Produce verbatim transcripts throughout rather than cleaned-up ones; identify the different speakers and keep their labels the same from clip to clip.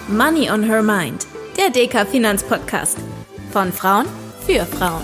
Speaker 1: Money on Her Mind, der D K Finanzpodcast. Von Frauen für Frauen.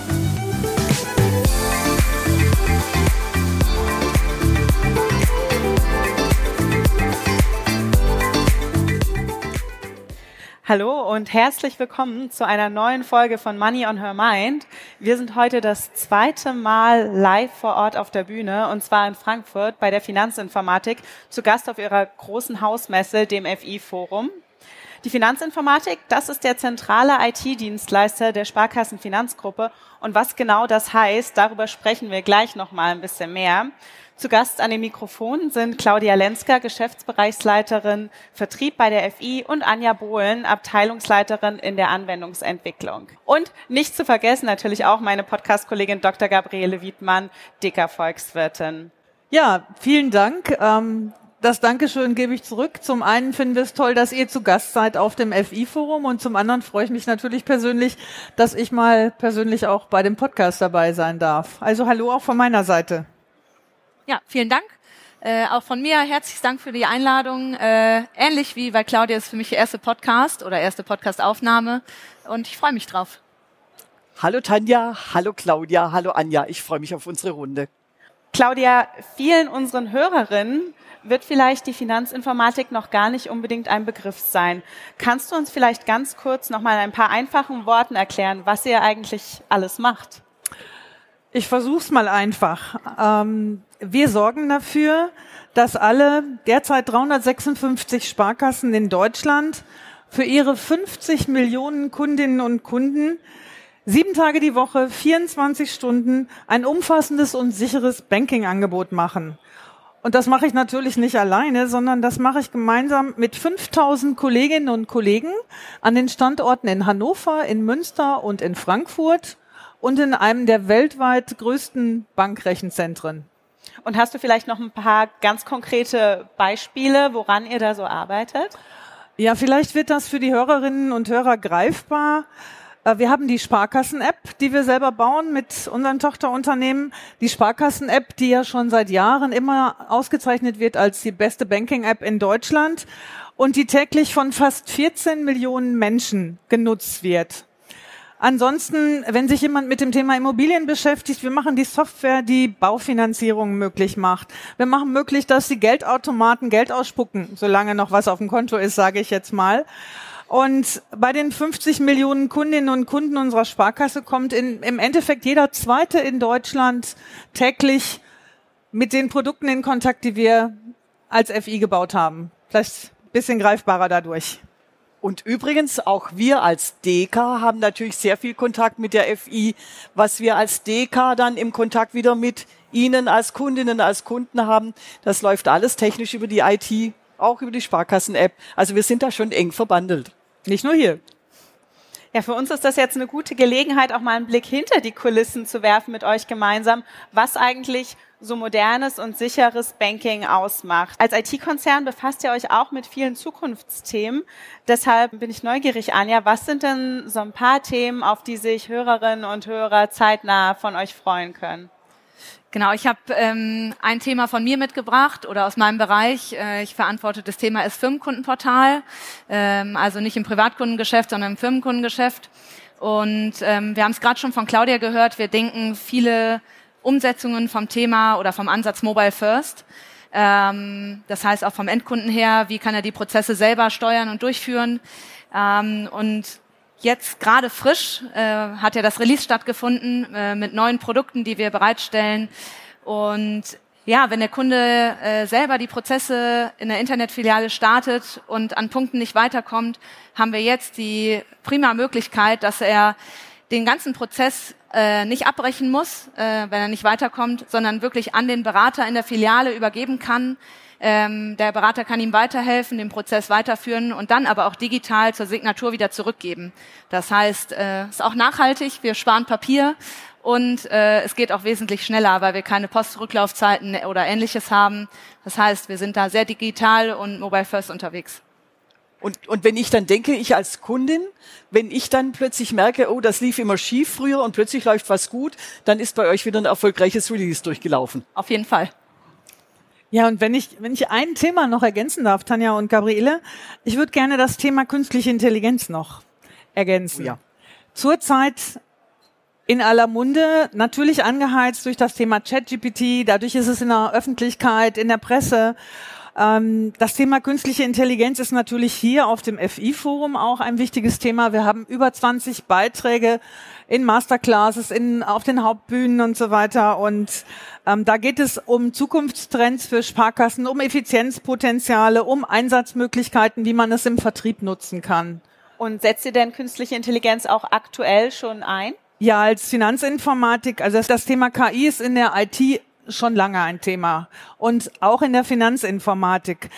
Speaker 2: Hallo und herzlich willkommen zu einer neuen Folge von Money on Her Mind. Wir sind heute das zweite Mal live vor Ort auf der Bühne, und zwar in Frankfurt bei der Finanzinformatik, zu Gast auf ihrer großen Hausmesse, dem F I-Forum. Die Finanzinformatik, das ist der zentrale I T-Dienstleister der Sparkassenfinanzgruppe. Und was genau das heißt, darüber sprechen wir gleich noch mal ein bisschen mehr. Zu Gast an den Mikrofonen sind Claudia Lenska, Geschäftsbereichsleiterin Vertrieb bei der F I, und Anja Bohlen, Abteilungsleiterin in der Anwendungsentwicklung. Und nicht zu vergessen natürlich auch meine Podcast-Kollegin Doktor Gabriele Wiedmann, D K Volkswirtin.
Speaker 3: Ja, vielen Dank. Ähm Das Dankeschön gebe ich zurück. Zum einen finden wir es toll, dass ihr zu Gast seid auf dem F I-Forum, und zum anderen freue ich mich natürlich persönlich, dass ich mal persönlich auch bei dem Podcast dabei sein darf. Also hallo auch von meiner Seite.
Speaker 4: Ja, vielen Dank. Äh, auch von mir herzlichen Dank für die Einladung. Äh, ähnlich wie bei Claudia ist für mich der erste Podcast oder erste Podcast-Aufnahme, und ich freue mich drauf.
Speaker 5: Hallo Tanja, hallo Claudia, hallo Anja. Ich freue mich auf unsere Runde.
Speaker 2: Claudia, vielen unseren Hörerinnen wird vielleicht die Finanzinformatik noch gar nicht unbedingt ein Begriff sein. Kannst du uns vielleicht ganz kurz noch mal in ein paar einfachen Worten erklären, was ihr eigentlich alles macht?
Speaker 3: Ich versuch's mal einfach. Ähm, wir sorgen dafür, dass alle derzeit dreihundertsechsundfünfzig Sparkassen in Deutschland für ihre fünfzig Millionen Kundinnen und Kunden sieben Tage die Woche, vierundzwanzig Stunden ein umfassendes und sicheres Banking-Angebot machen. Und das mache ich natürlich nicht alleine, sondern das mache ich gemeinsam mit fünftausend Kolleginnen und Kollegen an den Standorten in Hannover, in Münster und in Frankfurt und in einem der weltweit größten Bankrechenzentren.
Speaker 2: Und hast du vielleicht noch ein paar ganz konkrete Beispiele, woran ihr da so arbeitet?
Speaker 3: Ja, vielleicht wird das für die Hörerinnen und Hörer greifbar. Wir haben die Sparkassen-App, die wir selber bauen mit unseren Tochterunternehmen. Die Sparkassen-App, die ja schon seit Jahren immer ausgezeichnet wird als die beste Banking-App in Deutschland und die täglich von fast vierzehn Millionen Menschen genutzt wird. Ansonsten, wenn sich jemand mit dem Thema Immobilien beschäftigt, wir machen die Software, die Baufinanzierung möglich macht. Wir machen möglich, dass die Geldautomaten Geld ausspucken, solange noch was auf dem Konto ist, sage ich jetzt mal. Und bei den fünfzig Millionen Kundinnen und Kunden unserer Sparkasse kommt in, im Endeffekt jeder Zweite in Deutschland täglich mit den Produkten in Kontakt, die wir als F I gebaut haben. Vielleicht ein bisschen greifbarer dadurch.
Speaker 5: Und übrigens, auch wir als D K haben natürlich sehr viel Kontakt mit der F I, was wir als D K dann im Kontakt wieder mit Ihnen als Kundinnen, als Kunden haben. Das läuft alles technisch über die I T, auch über die Sparkassen-App. Also wir sind da schon eng verbandelt.
Speaker 3: Nicht nur hier.
Speaker 2: Ja, für uns ist das jetzt eine gute Gelegenheit, auch mal einen Blick hinter die Kulissen zu werfen mit euch gemeinsam, was eigentlich so modernes und sicheres Banking ausmacht. Als I T-Konzern befasst ihr euch auch mit vielen Zukunftsthemen. Deshalb bin ich neugierig, Anja, was sind denn so ein paar Themen, auf die sich Hörerinnen und Hörer zeitnah von euch freuen können?
Speaker 4: Genau, ich habe ähm, ein Thema von mir mitgebracht oder aus meinem Bereich. Äh, ich verantworte das Thema als Firmenkundenportal, ähm, also nicht im Privatkundengeschäft, sondern im Firmenkundengeschäft. Und ähm, wir haben es gerade schon von Claudia gehört, wir denken viele Umsetzungen vom Thema oder vom Ansatz Mobile First. Ähm, das heißt auch vom Endkunden her, wie kann er die Prozesse selber steuern und durchführen. Ähm, und Jetzt gerade frisch äh, hat ja das Release stattgefunden äh, mit neuen Produkten, die wir bereitstellen. Und ja, wenn der Kunde äh, selber die Prozesse in der Internetfiliale startet und an Punkten nicht weiterkommt, haben wir jetzt die prima Möglichkeit, dass er den ganzen Prozess äh, nicht abbrechen muss, äh, wenn er nicht weiterkommt, sondern wirklich an den Berater in der Filiale übergeben kann. Ähm, der Berater kann ihm weiterhelfen, den Prozess weiterführen und dann aber auch digital zur Signatur wieder zurückgeben. Das heißt, es äh, ist auch nachhaltig, wir sparen Papier und äh, es geht auch wesentlich schneller, weil wir keine Postrücklaufzeiten oder Ähnliches haben. Das heißt, wir sind da sehr digital und mobile first unterwegs.
Speaker 5: Und, und wenn ich dann denke, ich als Kundin, wenn ich dann plötzlich merke, oh, das lief immer schief früher und plötzlich läuft was gut, dann ist bei euch wieder ein erfolgreiches Release durchgelaufen.
Speaker 4: Auf jeden Fall.
Speaker 3: Ja, und wenn ich, wenn ich ein Thema noch ergänzen darf, Tanja und Gabriele, ich würde gerne das Thema künstliche Intelligenz noch ergänzen.
Speaker 5: Ja.
Speaker 3: Zurzeit in aller Munde, natürlich angeheizt durch das Thema ChatGPT, dadurch ist es in der Öffentlichkeit, in der Presse. Ähm, das Thema künstliche Intelligenz ist natürlich hier auf dem F I-Forum auch ein wichtiges Thema. Wir haben über zwanzig Beiträge in Masterclasses, in, auf den Hauptbühnen und so weiter. Und ähm, da geht es um Zukunftstrends für Sparkassen, um Effizienzpotenziale, um Einsatzmöglichkeiten, wie man es im Vertrieb nutzen kann.
Speaker 2: Und setzt ihr denn künstliche Intelligenz auch aktuell schon ein?
Speaker 3: Ja, als Finanzinformatik, also das Thema K I ist in der I T schon lange ein Thema und auch in der Finanzinformatik.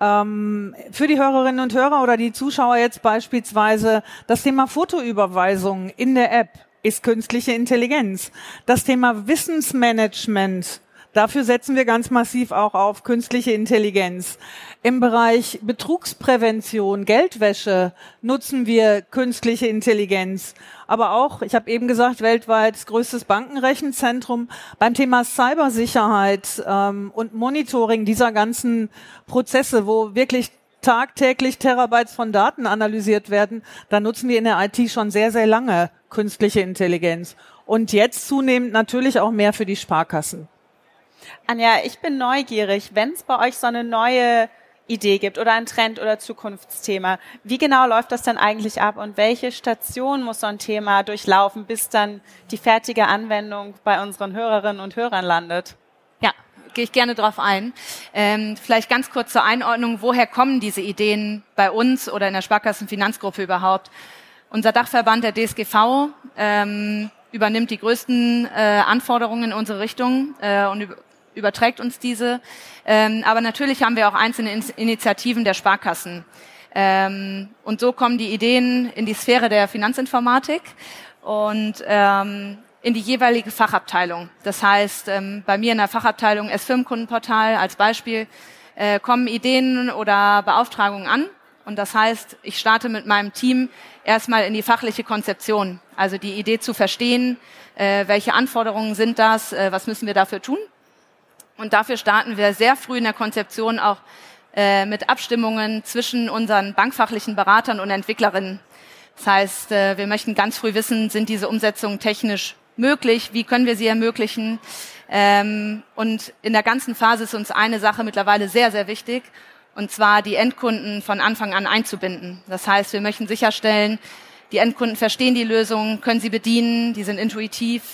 Speaker 3: Ähm, für die Hörerinnen und Hörer oder die Zuschauer jetzt beispielsweise das Thema Fotoüberweisung in der App ist künstliche Intelligenz. Das Thema Wissensmanagement, dafür setzen wir ganz massiv auch auf künstliche Intelligenz. Im Bereich Betrugsprävention, Geldwäsche nutzen wir künstliche Intelligenz. Aber auch, ich habe eben gesagt, weltweit größtes Bankenrechenzentrum. Beim Thema Cybersicherheit ähm, und Monitoring dieser ganzen Prozesse, wo wirklich tagtäglich Terabytes von Daten analysiert werden, da nutzen wir in der I T schon sehr, sehr lange künstliche Intelligenz. Und jetzt zunehmend natürlich auch mehr für die Sparkassen.
Speaker 2: Anja, ich bin neugierig, wenn es bei euch so eine neue Idee gibt oder ein Trend oder Zukunftsthema, wie genau läuft das dann eigentlich ab und welche Station muss so ein Thema durchlaufen, bis dann die fertige Anwendung bei unseren Hörerinnen und Hörern landet?
Speaker 4: Ja, gehe ich gerne drauf ein. Ähm, vielleicht ganz kurz zur Einordnung, woher kommen diese Ideen bei uns oder in der Sparkassenfinanzgruppe überhaupt? Unser Dachverband, der D S G V, ähm, übernimmt die größten äh, Anforderungen in unsere Richtung äh, und über überträgt uns diese. Ähm, aber natürlich haben wir auch einzelne In- Initiativen der Sparkassen. Ähm, und so kommen die Ideen in die Sphäre der Finanzinformatik und ähm, in die jeweilige Fachabteilung. Das heißt, ähm, bei mir in der Fachabteilung S-Firmenkundenportal als Beispiel äh, kommen Ideen oder Beauftragungen an. Und das heißt, ich starte mit meinem Team erstmal in die fachliche Konzeption. Also die Idee zu verstehen, äh, welche Anforderungen sind das, äh, was müssen wir dafür tun. Und dafür starten wir sehr früh in der Konzeption auch äh, mit Abstimmungen zwischen unseren bankfachlichen Beratern und Entwicklerinnen. Das heißt, äh, wir möchten ganz früh wissen, sind diese Umsetzungen technisch möglich, wie können wir sie ermöglichen. Ähm, und in der ganzen Phase ist uns eine Sache mittlerweile sehr, sehr wichtig, und zwar die Endkunden von Anfang an einzubinden. Das heißt, wir möchten sicherstellen, die Endkunden verstehen die Lösung, können sie bedienen, die sind intuitiv.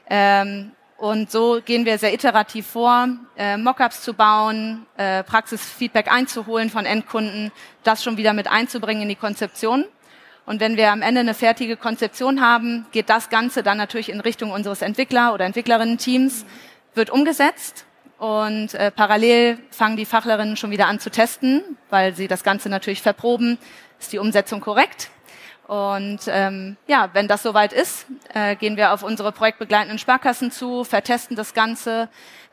Speaker 4: Ähm, Und so gehen wir sehr iterativ vor, äh, Mockups zu bauen, äh, Praxisfeedback einzuholen von Endkunden, das schon wieder mit einzubringen in die Konzeption. Und wenn wir am Ende eine fertige Konzeption haben, geht das Ganze dann natürlich in Richtung unseres Entwickler- oder Entwicklerinnen-Teams, wird umgesetzt. Und äh, parallel fangen die Fachlerinnen schon wieder an zu testen, weil sie das Ganze natürlich verproben, ist die Umsetzung korrekt. Und ähm, ja, wenn das soweit ist, äh, gehen wir auf unsere projektbegleitenden Sparkassen zu, vertesten das Ganze.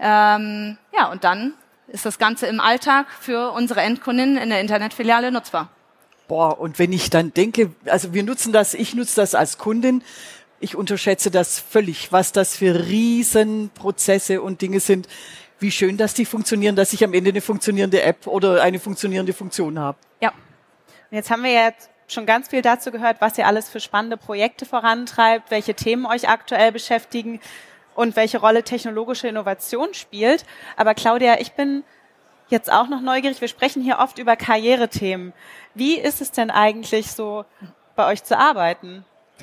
Speaker 4: Ähm, ja, und dann ist das Ganze im Alltag für unsere Endkundinnen in der Internetfiliale nutzbar.
Speaker 5: Boah, und wenn ich dann denke, also wir nutzen das, ich nutze das als Kundin, ich unterschätze das völlig, was das für Riesenprozesse und Dinge sind. Wie schön, dass die funktionieren, dass ich am Ende eine funktionierende App oder eine funktionierende Funktion habe.
Speaker 2: Ja. Und jetzt haben wir jetzt schon ganz viel dazu gehört, was ihr alles für spannende Projekte vorantreibt, welche Themen euch aktuell beschäftigen und welche Rolle technologische Innovation spielt. Aber Claudia, ich bin jetzt auch noch neugierig. Wir sprechen hier oft über Karrierethemen. Wie ist es denn eigentlich so, bei euch zu arbeiten?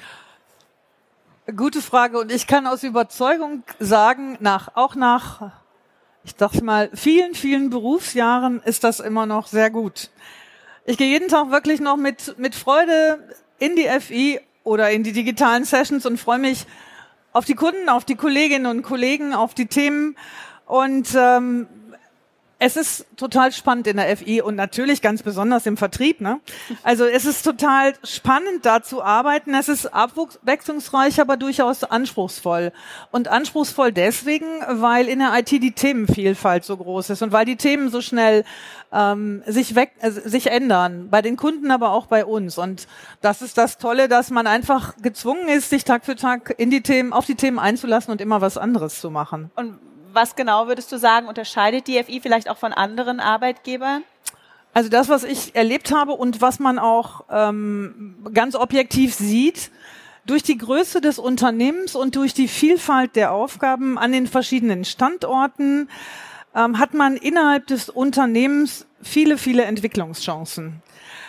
Speaker 3: Gute Frage. Und ich kann aus Überzeugung sagen, nach, auch nach, ich dachte mal, vielen, vielen Berufsjahren ist das immer noch sehr gut. Ich gehe jeden Tag wirklich noch mit mit Freude in die F I oder in die digitalen Sessions und freue mich auf die Kunden, auf die Kolleginnen und Kollegen, auf die Themen. Und ähm, es ist total spannend in der F I und natürlich ganz besonders im Vertrieb, ne? Also es ist total spannend, da zu arbeiten. Es ist abwechslungsreich, aber durchaus anspruchsvoll. Und anspruchsvoll deswegen, weil in der I T die Themenvielfalt so groß ist und weil die Themen so schnell ähm, sich weg, äh, sich ändern. Bei den Kunden, aber auch bei uns. Und das ist das Tolle, dass man einfach gezwungen ist, sich Tag für Tag in die Themen, auf die Themen einzulassen und immer was anderes zu machen.
Speaker 2: Und was genau würdest du sagen, unterscheidet die F I vielleicht auch von anderen Arbeitgebern?
Speaker 3: Also das, was ich erlebt habe und was man auch ähm, ganz objektiv sieht, durch die Größe des Unternehmens und durch die Vielfalt der Aufgaben an den verschiedenen Standorten ähm, hat man innerhalb des Unternehmens viele, viele Entwicklungschancen.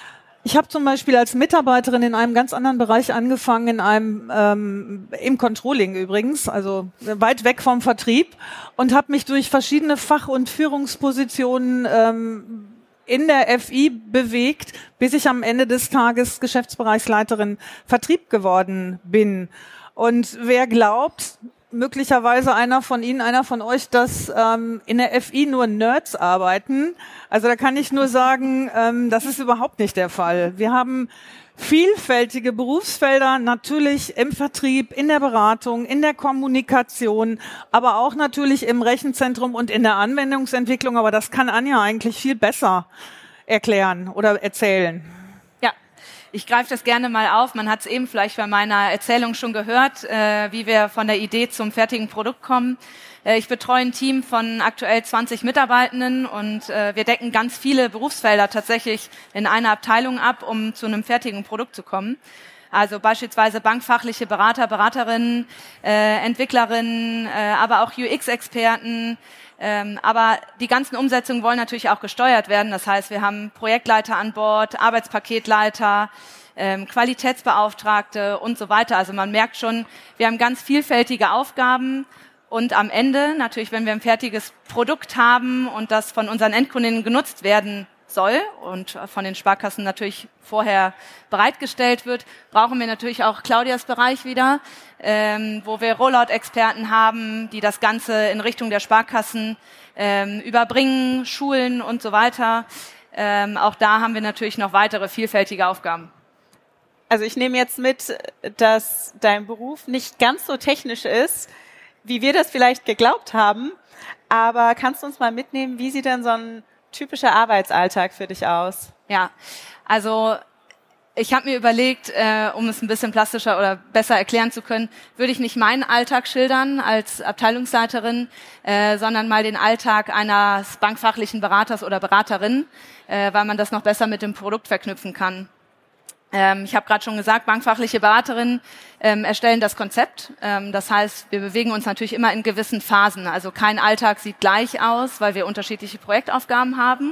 Speaker 3: Ich habe zum Beispiel als Mitarbeiterin in einem ganz anderen Bereich angefangen, in einem ähm, im Controlling übrigens, also weit weg vom Vertrieb, und habe mich durch verschiedene Fach- und Führungspositionen ähm, in der F I bewegt, bis ich am Ende des Tages Geschäftsbereichsleiterin Vertrieb geworden bin. Und wer glaubt, möglicherweise einer von Ihnen, einer von euch, dass ähm, in der F I nur Nerds arbeiten, also da kann ich nur sagen, ähm, das ist überhaupt nicht der Fall. Wir haben vielfältige Berufsfelder, natürlich im Vertrieb, in der Beratung, in der Kommunikation, aber auch natürlich im Rechenzentrum und in der Anwendungsentwicklung. Aber das kann Anja eigentlich viel besser erklären oder erzählen.
Speaker 4: Ja, ich greife das gerne mal auf. Man hat es eben vielleicht bei meiner Erzählung schon gehört, äh, wie wir von der Idee zum fertigen Produkt kommen. Äh, ich betreue ein Team von aktuell zwanzig Mitarbeitenden und äh, wir decken ganz viele Berufsfelder tatsächlich in einer Abteilung ab, um zu einem fertigen Produkt zu kommen. Also beispielsweise bankfachliche Berater, Beraterinnen, äh, Entwicklerinnen, äh, aber auch U X-Experten. Ähm, aber die ganzen Umsetzungen wollen natürlich auch gesteuert werden. Das heißt, wir haben Projektleiter an Bord, Arbeitspaketleiter, ähm, Qualitätsbeauftragte und so weiter. Also man merkt schon, wir haben ganz vielfältige Aufgaben. Und am Ende, natürlich, wenn wir ein fertiges Produkt haben und das von unseren Endkundinnen genutzt werden soll und von den Sparkassen natürlich vorher bereitgestellt wird, brauchen wir natürlich auch Claudias Bereich wieder, ähm, wo wir Rollout-Experten haben, die das Ganze in Richtung der Sparkassen ähm, überbringen, schulen und so weiter. Ähm, auch da haben wir natürlich noch weitere vielfältige Aufgaben.
Speaker 2: Also ich nehme jetzt mit, dass dein Beruf nicht ganz so technisch ist, wie wir das vielleicht geglaubt haben. Aber kannst du uns mal mitnehmen, wie sieht denn so ein typischer Arbeitsalltag für dich aus?
Speaker 4: Ja, also ich habe mir überlegt, äh, um es ein bisschen plastischer oder besser erklären zu können, würde ich nicht meinen Alltag schildern als Abteilungsleiterin, äh, sondern mal den Alltag eines bankfachlichen Beraters oder Beraterin, äh, weil man das noch besser mit dem Produkt verknüpfen kann. Ähm, ich habe gerade schon gesagt, bankfachliche Beraterinnen ähm, erstellen das Konzept. Ähm, das heißt, wir bewegen uns natürlich immer in gewissen Phasen. Also kein Alltag sieht gleich aus, weil wir unterschiedliche Projektaufgaben haben.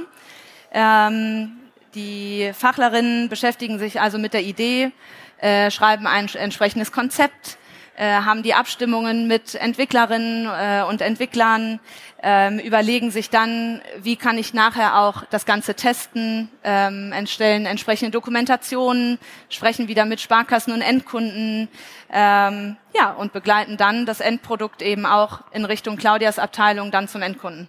Speaker 4: Ähm, die Fachlerinnen beschäftigen sich also mit der Idee, äh, schreiben ein entsprechendes Konzept, äh, haben die Abstimmungen mit Entwicklerinnen äh, und Entwicklern, ähm, überlegen sich dann, wie kann ich nachher auch das Ganze testen, ähm, entstellen entsprechende Dokumentationen, sprechen wieder mit Sparkassen und Endkunden, ähm, ja, und begleiten dann das Endprodukt eben auch in Richtung Claudias Abteilung dann zum Endkunden.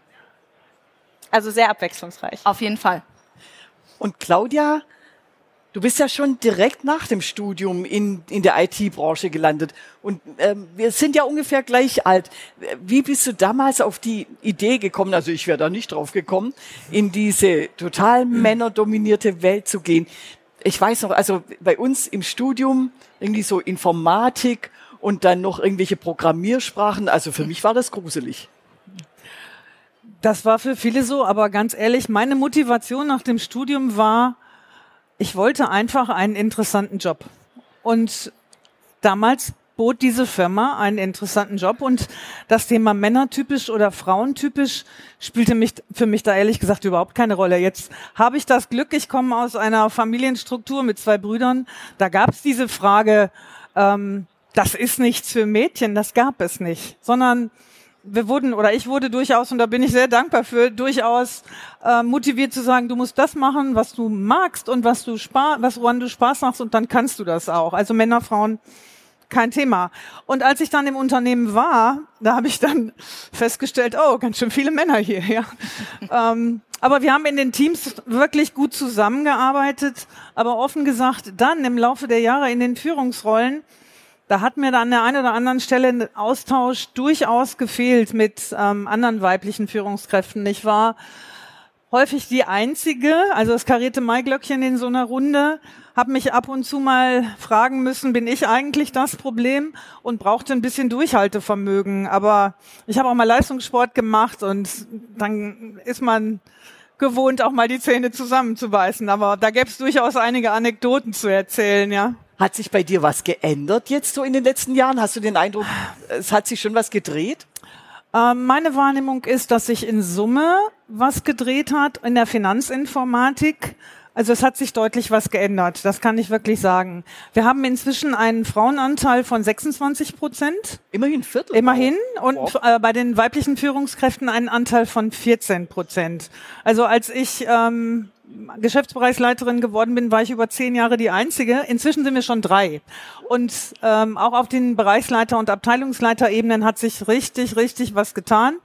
Speaker 2: Also sehr abwechslungsreich.
Speaker 4: Auf jeden Fall.
Speaker 5: Und Claudia, du bist ja schon direkt nach dem Studium in, in der I T-Branche gelandet. Und ähm, wir sind ja ungefähr gleich alt. Wie bist du damals auf die Idee gekommen, also ich wäre da nicht drauf gekommen, in diese total männerdominierte Welt zu gehen? Ich weiß noch, also bei uns im Studium irgendwie so Informatik und dann noch irgendwelche Programmiersprachen. Also für mich war das gruselig.
Speaker 3: Das war für viele so, aber ganz ehrlich, meine Motivation nach dem Studium war, ich wollte einfach einen interessanten Job. Und damals bot diese Firma einen interessanten Job und das Thema männertypisch oder frauentypisch spielte mich, für mich da ehrlich gesagt überhaupt keine Rolle. Jetzt habe ich das Glück, ich komme aus einer Familienstruktur mit zwei Brüdern. Da gab es diese Frage, ähm, das ist nichts für Mädchen, das gab es nicht, sondern wir wurden, oder ich wurde durchaus, und da bin ich sehr dankbar für, durchaus äh, motiviert zu sagen, du musst das machen, was du magst und was du Spaß, was woran du Spaß machst, und dann kannst du das auch. Also Männer, Frauen, kein Thema. Und als ich dann im Unternehmen war, da habe ich dann festgestellt, oh, ganz schön viele Männer hier, ja. ähm, aber wir haben in den Teams wirklich gut zusammengearbeitet, aber offen gesagt, dann im Laufe der Jahre in den Führungsrollen, da hat mir dann an der einen oder anderen Stelle ein Austausch durchaus gefehlt mit ähm, anderen weiblichen Führungskräften. Ich war häufig die Einzige, also das karierte Maiglöckchen in so einer Runde, habe mich ab und zu mal fragen müssen, bin ich eigentlich das Problem, und brauchte ein bisschen Durchhaltevermögen. Aber ich habe auch mal Leistungssport gemacht und dann ist man gewohnt, auch mal die Zähne zusammenzubeißen. Aber da gäbe es durchaus einige Anekdoten zu erzählen, ja.
Speaker 5: Hat sich bei dir was geändert jetzt so in den letzten Jahren? Hast du den Eindruck, es hat sich schon was gedreht?
Speaker 3: Meine Wahrnehmung ist, dass sich in Summe was gedreht hat in der Finanzinformatik. Also es hat sich deutlich was geändert, das kann ich wirklich sagen. Wir haben inzwischen einen Frauenanteil von sechsundzwanzig Prozent.
Speaker 5: Immerhin Viertel.
Speaker 3: Immerhin. Und äh, bei den weiblichen Führungskräften einen Anteil von vierzehn Prozent. Also als ich ähm, Geschäftsbereichsleiterin geworden bin, war ich über zehn Jahre die Einzige. Inzwischen sind wir schon drei. Und ähm, auch auf den Bereichsleiter- und Abteilungsleiterebenen hat sich richtig, richtig was getan.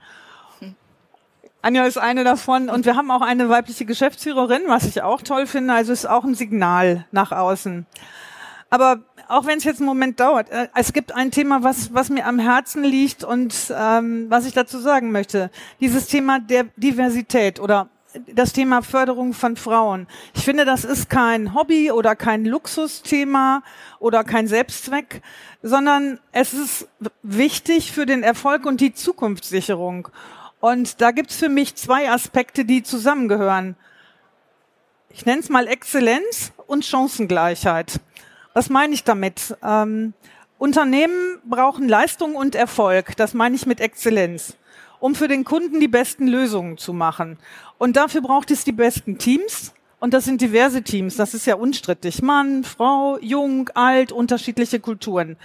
Speaker 3: Anja ist eine davon. Und wir haben auch eine weibliche Geschäftsführerin, was ich auch toll finde. Also ist auch ein Signal nach außen. Aber auch wenn es jetzt einen Moment dauert, äh, es gibt ein Thema, was, was mir am Herzen liegt und ähm, was ich dazu sagen möchte. Dieses Thema der Diversität oder das Thema Förderung von Frauen. Ich finde, das ist kein Hobby oder kein Luxusthema oder kein Selbstzweck, sondern es ist wichtig für den Erfolg und die Zukunftssicherung. Und da gibt's für mich zwei Aspekte, die zusammengehören. Ich nenne es mal Exzellenz und Chancengleichheit. Was meine ich damit? Ähm, Unternehmen brauchen Leistung und Erfolg. Das meine ich mit Exzellenz, um für den Kunden die besten Lösungen zu machen. Und dafür braucht es die besten Teams. Und das sind diverse Teams. Das ist ja unstrittig. Mann, Frau, jung, alt, unterschiedliche Kulturen.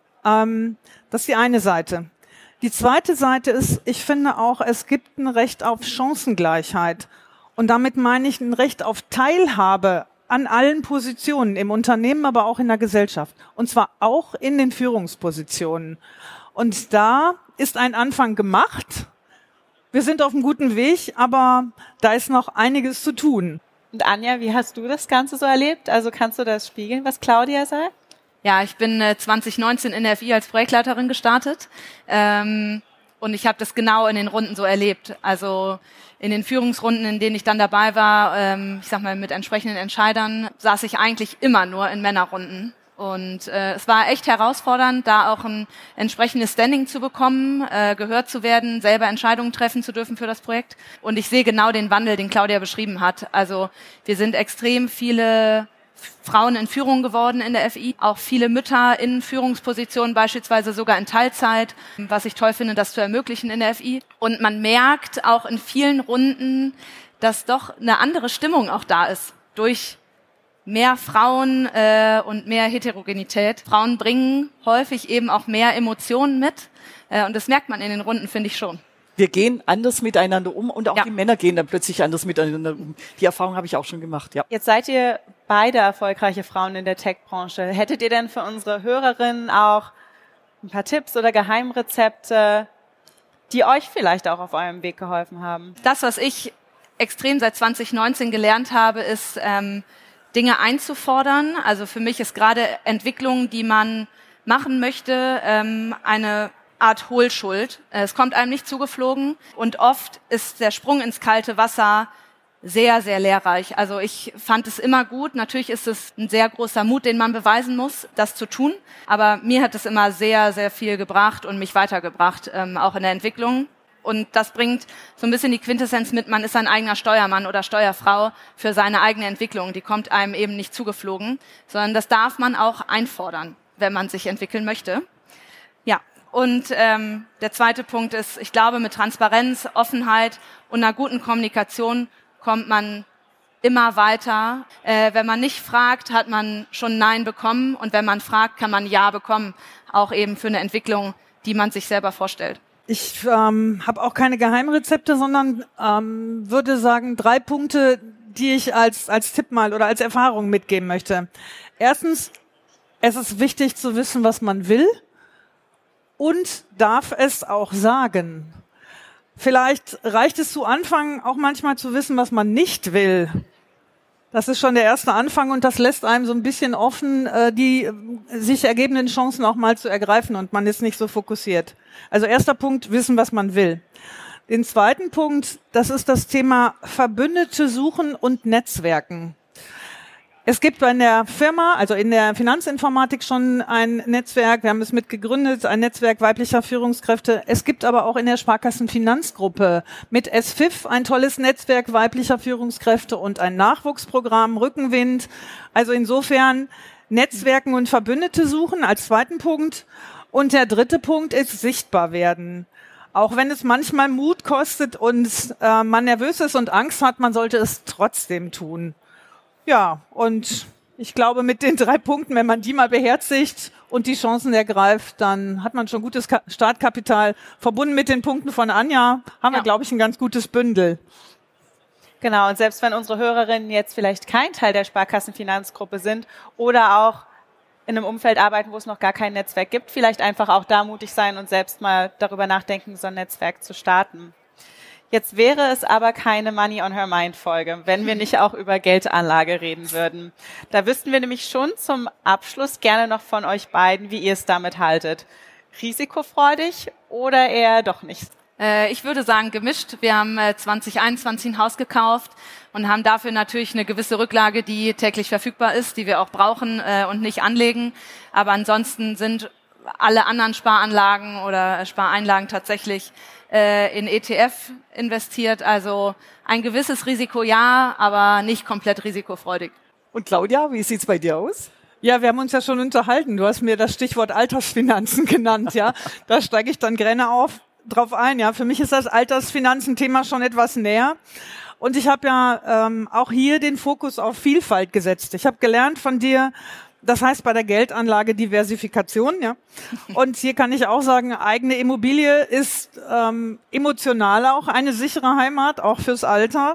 Speaker 3: Ähm, das ist die eine Seite. Die zweite Seite ist, ich finde auch, es gibt ein Recht auf Chancengleichheit. Und damit meine ich ein Recht auf Teilhabe an allen Positionen im Unternehmen, aber auch in der Gesellschaft. Und zwar auch in den Führungspositionen. Und da ist ein Anfang gemacht. Wir sind auf einem guten Weg, aber da ist noch einiges zu tun.
Speaker 2: Und Anja, wie hast du das Ganze so erlebt? Also kannst du das spiegeln, was Claudia sagt?
Speaker 4: Ja, ich bin äh, zwanzig neunzehn in der F I als Projektleiterin gestartet ähm, und ich habe das genau in den Runden so erlebt. Also in den Führungsrunden, in denen ich dann dabei war, ähm, ich sag mal mit entsprechenden Entscheidern, saß ich eigentlich immer nur in Männerrunden. Und äh, es war echt herausfordernd, da auch ein entsprechendes Standing zu bekommen, äh, gehört zu werden, selber Entscheidungen treffen zu dürfen für das Projekt. Und ich sehe genau den Wandel, den Claudia beschrieben hat. Also wir sind extrem viele Frauen in Führung geworden in der F I, auch viele Mütter in Führungspositionen, beispielsweise sogar in Teilzeit, was ich toll finde, das zu ermöglichen in der F I. Und man merkt auch in vielen Runden, dass doch eine andere Stimmung auch da ist durch mehr Frauen äh, und mehr Heterogenität. Frauen bringen häufig eben auch mehr Emotionen mit äh, und das merkt man in den Runden, finde ich schon.
Speaker 5: Wir gehen anders miteinander um und auch
Speaker 4: Ja.
Speaker 5: die Männer gehen dann plötzlich anders miteinander um. Die Erfahrung habe ich auch schon gemacht, ja.
Speaker 2: Jetzt seid ihr beide erfolgreiche Frauen in der Tech-Branche. Hättet ihr denn für unsere Hörerinnen auch ein paar Tipps oder Geheimrezepte, die euch vielleicht auch auf eurem Weg geholfen haben?
Speaker 4: Das, was ich extrem seit zwanzig neunzehn gelernt habe, ist ähm, Dinge einzufordern. Also für mich ist gerade Entwicklung, die man machen möchte, ähm, eine Art Hohlschuld. Es kommt einem nicht zugeflogen und oft ist der Sprung ins kalte Wasser sehr, sehr lehrreich. Also ich fand es immer gut. Natürlich ist es ein sehr großer Mut, den man beweisen muss, das zu tun. Aber mir hat es immer sehr, sehr viel gebracht und mich weitergebracht, ähm, auch in der Entwicklung. Und das bringt so ein bisschen die Quintessenz mit, man ist ein eigener Steuermann oder Steuerfrau für seine eigene Entwicklung. Die kommt einem eben nicht zugeflogen, sondern das darf man auch einfordern, wenn man sich entwickeln möchte. Ja, und ähm, der zweite Punkt ist, ich glaube, mit Transparenz, Offenheit und einer guten Kommunikation kommt man immer weiter. Äh, wenn man nicht fragt, hat man schon Nein bekommen. Und wenn man fragt, kann man Ja bekommen, auch eben für eine Entwicklung, die man sich selber vorstellt.
Speaker 3: Ich ähm, habe auch keine Geheimrezepte, sondern ähm, würde sagen, drei Punkte, die ich als als Tipp mal oder als Erfahrung mitgeben möchte. Erstens, es ist wichtig zu wissen, was man will und darf es auch sagen. Vielleicht reicht es zu Anfang auch manchmal zu wissen, was man nicht will. Das ist schon der erste Anfang und das lässt einem so ein bisschen offen, äh, die äh, sich ergebenden Chancen auch mal zu ergreifen und man ist nicht so fokussiert. Also erster Punkt, wissen, was man will. Den zweiten Punkt, das ist das Thema Verbündete suchen und Netzwerken. Es gibt in der Firma, also in der Finanzinformatik schon ein Netzwerk, wir haben es mitgegründet, ein Netzwerk weiblicher Führungskräfte. Es gibt aber auch in der Sparkassenfinanzgruppe mit S F I F ein tolles Netzwerk weiblicher Führungskräfte und ein Nachwuchsprogramm, Rückenwind. Also insofern Netzwerken und Verbündete suchen als zweiten Punkt. Und der dritte Punkt ist sichtbar werden. Auch wenn es manchmal Mut kostet und äh, man nervös ist und Angst hat, man sollte es trotzdem tun. Ja, und ich glaube, mit den drei Punkten, wenn man die mal beherzigt und die Chancen ergreift, dann hat man schon gutes Ka- Startkapital. Verbunden mit den Punkten von Anja haben ja. wir, glaube ich, ein ganz gutes Bündel.
Speaker 2: Genau, und selbst wenn unsere Hörerinnen jetzt vielleicht kein Teil der Sparkassenfinanzgruppe sind oder auch in einem Umfeld arbeiten, wo es noch gar kein Netzwerk gibt, vielleicht einfach auch da mutig sein und selbst mal darüber nachdenken, so ein Netzwerk zu starten. Jetzt wäre es aber keine Money on Her Mind Folge, wenn wir nicht auch über Geldanlage reden würden. Da wüssten wir nämlich schon zum Abschluss gerne noch von euch beiden, wie ihr es damit haltet. Risikofreudig oder eher doch nicht?
Speaker 4: Äh, ich würde sagen gemischt. Wir haben äh, zwanzig einundzwanzig ein Haus gekauft und haben dafür natürlich eine gewisse Rücklage, die täglich verfügbar ist, die wir auch brauchen äh, und nicht anlegen. Aber ansonsten sind alle anderen Sparanlagen oder Spareinlagen tatsächlich äh, in E T F investiert. Also ein gewisses Risiko ja, aber nicht komplett risikofreudig.
Speaker 5: Und Claudia, wie sieht's bei dir aus?
Speaker 3: Ja, wir haben uns ja schon unterhalten. Du hast mir das Stichwort Altersfinanzen genannt, ja. Da steige ich dann gerne auf, drauf ein, ja. Für mich ist das Altersfinanzen-Thema schon etwas näher. Und ich habe ja ähm, auch hier den Fokus auf Vielfalt gesetzt. Ich habe gelernt von dir, das heißt bei der Geldanlage Diversifikation, ja. Und hier kann ich auch sagen, eigene Immobilie ist ähm, emotional auch eine sichere Heimat, auch fürs Alter.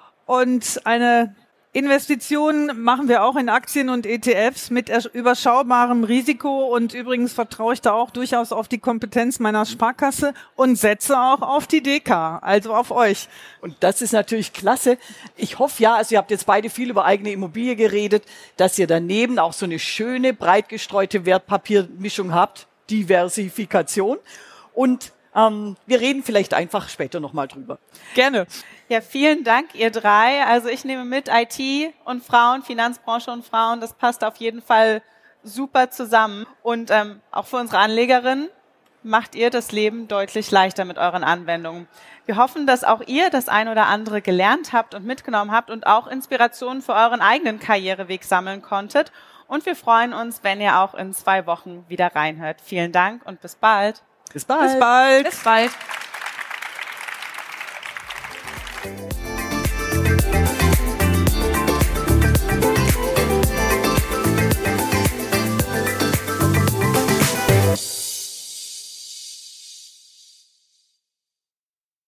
Speaker 3: Und eine Investitionen machen wir auch in Aktien und E T Fs mit überschaubarem Risiko und übrigens vertraue ich da auch durchaus auf die Kompetenz meiner Sparkasse und setze auch auf die D K, also auf euch.
Speaker 5: Und das ist natürlich klasse. Ich hoffe ja, also ihr habt jetzt beide viel über eigene Immobilie geredet, dass ihr daneben auch so eine schöne, breit gestreute Wertpapiermischung habt, Diversifikation. Und ähm, wir reden vielleicht einfach später nochmal drüber.
Speaker 3: Gerne.
Speaker 2: Ja, vielen Dank, ihr drei. Also ich nehme mit I T und Frauen, Finanzbranche und Frauen, das passt auf jeden Fall super zusammen. Und ähm, auch für unsere Anlegerinnen macht ihr das Leben deutlich leichter mit euren Anwendungen. Wir hoffen, dass auch ihr das ein oder andere gelernt habt und mitgenommen habt und auch Inspirationen für euren eigenen Karriereweg sammeln konntet. Und wir freuen uns, wenn ihr auch in zwei Wochen wieder reinhört. Vielen Dank und bis bald.
Speaker 5: Bis bald.
Speaker 3: Bis bald.
Speaker 4: Bis bald.
Speaker 1: Thank you.